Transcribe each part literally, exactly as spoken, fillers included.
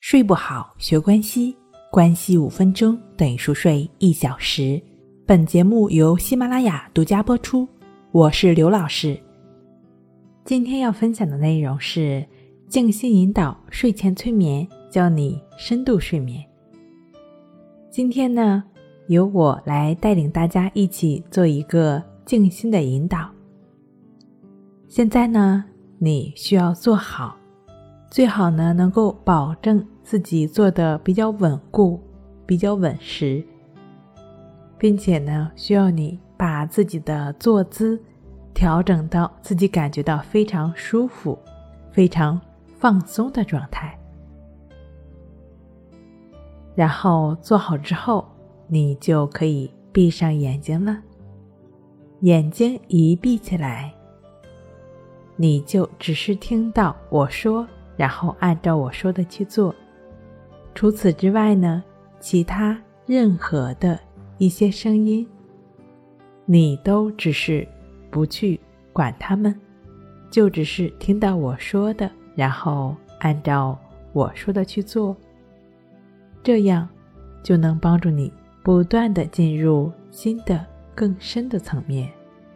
睡不好学关系，关系五分钟等于熟睡一小时。本节目由喜马拉雅独家播出，我是刘老师。今天要分享的内容是静心引导睡前催眠，教你深度睡眠。今天呢，由我来带领大家一起做一个静心的引导。现在呢，你需要做好，最好呢能够保证自己做得比较稳固，比较稳实，并且呢需要你把自己的坐姿调整到自己感觉到非常舒服、非常放松的状态。然后做好之后，你就可以闭上眼睛了。眼睛一闭起来，你就只是听到我说，然后按照我说的去做。除此之外呢，其他任何的一些声音，你都只是不去管它们，就只是听到我说的，然后按照我说的去做。这样就能帮助你不断地进入新的更深的层面。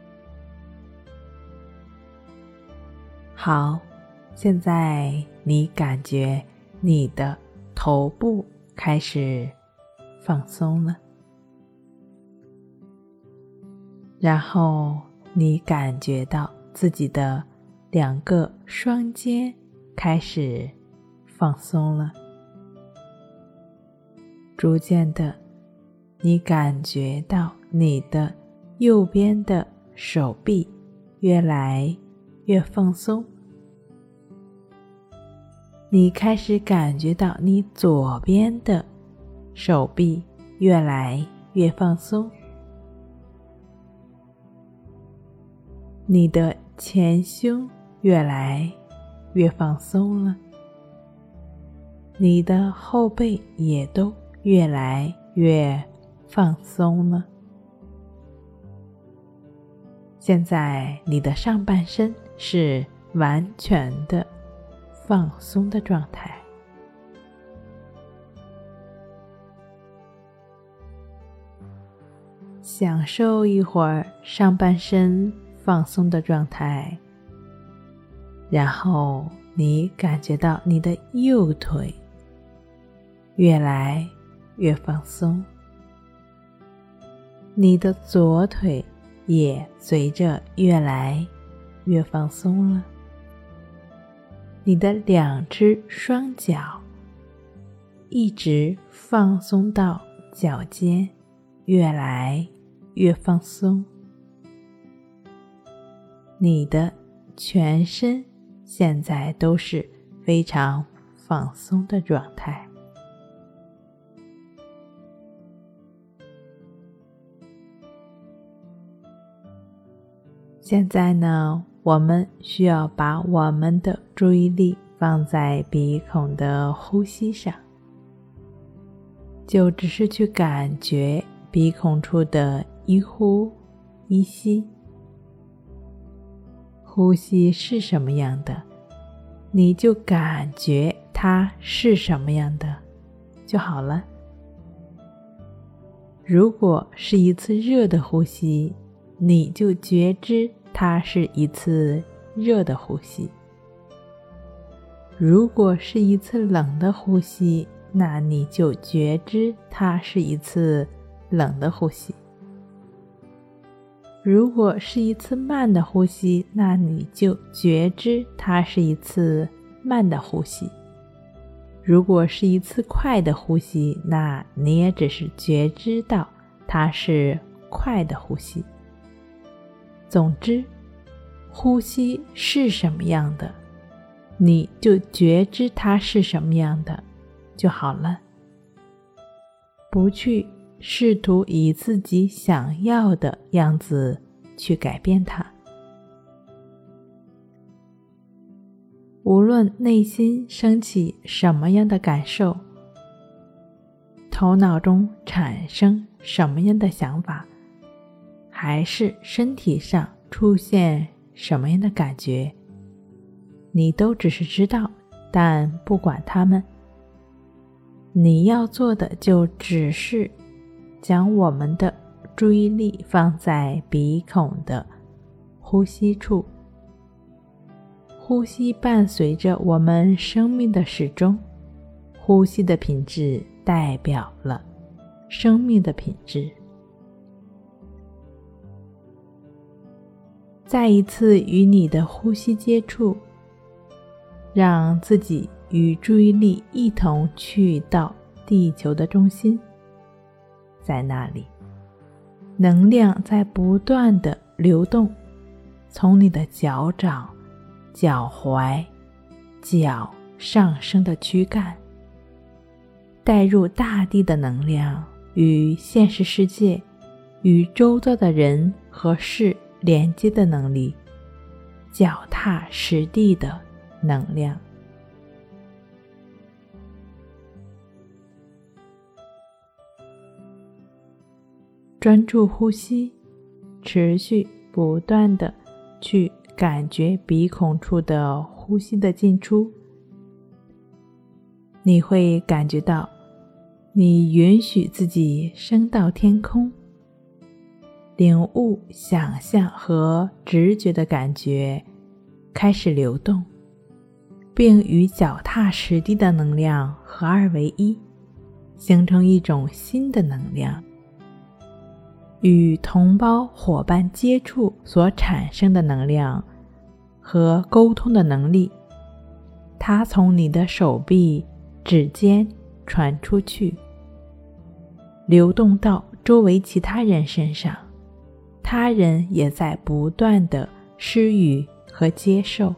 好，现在你感觉你的头部开始放松了，然后你感觉到自己的两个双肩开始放松了，逐渐的你感觉到你的右边的手臂越来越放松，你开始感觉到你左边的手臂越来越放松，你的前胸越来越放松了，你的后背也都越来越放松了。现在你的上半身是完全的放松的状态。享受一会儿上半身放松的状态，然后你感觉到你的右腿越来越放松，你的左腿也随着越来越放松了，你的两只双脚一直放松到脚尖，越来越放松，你的全身现在都是非常放松的状态。现在呢，我们需要把我们的注意力放在鼻孔的呼吸上，就只是去感觉鼻孔处的一呼一吸，呼吸是什么样的，你就感觉它是什么样的就好了。如果是一次热的呼吸，你就觉知它是一次热的呼吸。如果是一次冷的呼吸，那你就觉知它是一次冷的呼吸。如果是一次慢的呼吸，那你就觉知它是一次慢的呼吸。如果是一次快的呼吸，那你也只是觉知到它是快的呼吸。总之，呼吸是什么样的，你就觉知它是什么样的就好了，不去试图以自己想要的样子去改变它。无论内心升起什么样的感受，头脑中产生什么样的想法，还是身体上出现什么样的感觉，你都只是知道，但不管它们， 你要做的就只是将我们的注意力放在鼻孔的呼吸处。呼吸伴随着我们生命的始终，呼吸的品质代表了生命的品质。再一次与你的呼吸接触，让自己与注意力一同去到地球的中心。在那里，能量在不断地流动，从你的脚掌、脚踝、脚上升的躯干，带入大地的能量，与现实世界、与周遭的人和事连接的能力，脚踏实地的能量。专注呼吸，持续不断的去感觉鼻孔处的呼吸的进出。你会感觉到，你允许自己升到天空，领悟想象和直觉的感觉开始流动，并与脚踏实地的能量合二为一，形成一种新的能量。与同胞伙伴接触所产生的能量和沟通的能力，它从你的手臂、指尖传出去，流动到周围其他人身上，他人也在不断地施予和接受。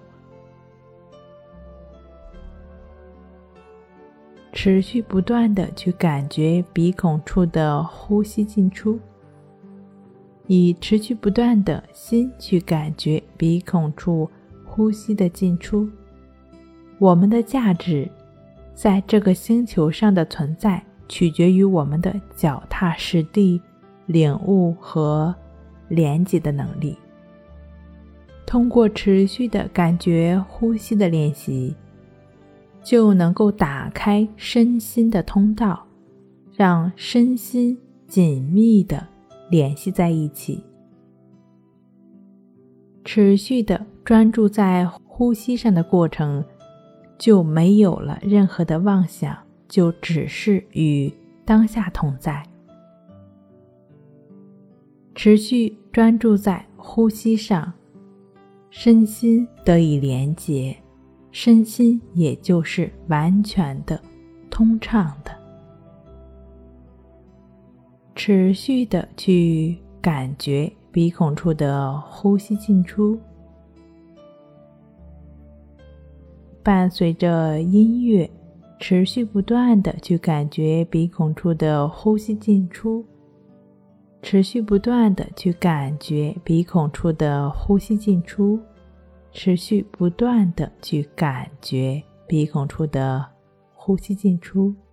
持续不断地去感觉鼻孔处的呼吸进出，以持续不断的心去感觉鼻孔处呼吸的进出。我们的价值在这个星球上的存在，取决于我们的脚踏实地、领悟和连接的能力。通过持续的感觉呼吸的练习，就能够打开身心的通道，让身心紧密地联系在一起。持续的专注在呼吸上的过程，就没有了任何的妄想，就只是与当下同在。持续专注在呼吸上，身心得以连结，身心也就是完全的通畅的。持续的去感觉鼻孔处的呼吸进出，伴随着音乐，持续不断的去感觉鼻孔处的呼吸进出，持续不断的去感觉鼻孔处的呼吸进出，持续不断的去感觉鼻孔处的呼吸进出。